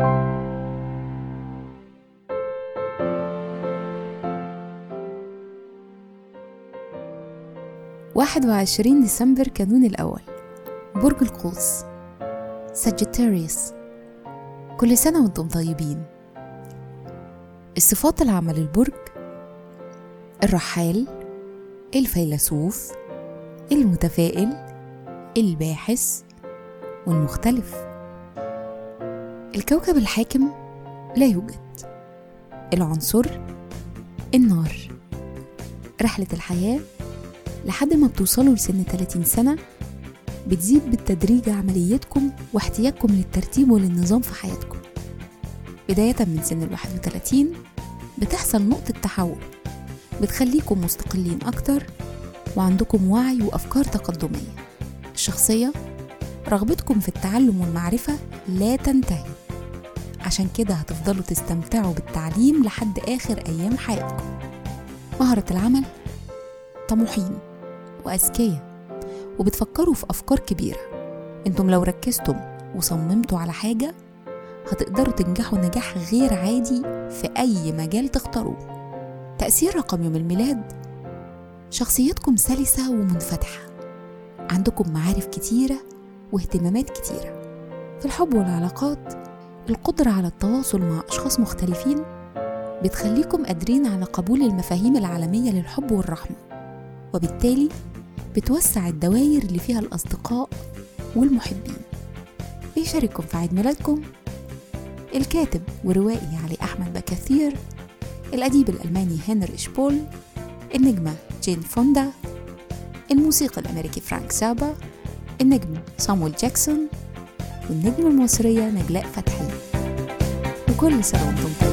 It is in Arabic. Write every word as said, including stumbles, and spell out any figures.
واحد وعشرين ديسمبر كانون الأول، برج القوس، ساجيتاريوس. كل سنة وانتم طيبين. الصفات العامة للبرج: الرحال، الفيلسوف، المتفائل، الباحث، والمختلف. الكوكب الحاكم لا يوجد. العنصر: النار. رحلة الحياة لحد ما بتوصلوا لسن ثلاثين سنة بتزيد بالتدريج عمليتكم واحتياجكم للترتيب وللنظام في حياتكم. بداية من سن الواحد وثلاثين بتحصل نقطة تحول بتخليكم مستقلين أكتر وعندكم وعي وأفكار تقدمية. الشخصية: رغبتكم في التعلم والمعرفة لا تنتهي، عشان كده هتفضلوا تستمتعوا بالتعليم لحد آخر أيام حياتكم. مهارة العمل: طموحين وأذكياء وبتفكروا في أفكار كبيرة. انتم لو ركزتم وصممتوا على حاجة هتقدروا تنجحوا نجاح غير عادي في أي مجال تختاروه. تأثير رقم يوم الميلاد: شخصيتكم سلسة ومنفتحة، عندكم معارف كتيرة واهتمامات كتيرة. في الحب والعلاقات: القدرة على التواصل مع أشخاص مختلفين بتخليكم قادرين على قبول المفاهيم العالمية للحب والرحمة، وبالتالي بتوسع الدوائر اللي فيها الأصدقاء والمحبين. بيشارككم في عيد ميلادكم الكاتب وروائي علي أحمد بكثير، الأديب الألماني هنريش بول، النجمة جين فوندا، الموسيقى الأمريكي فرانك زابا، النجم صامويل جاكسون، والنجمة المصرية نجلاء فتحي. وكل سنة وانتم طيبين.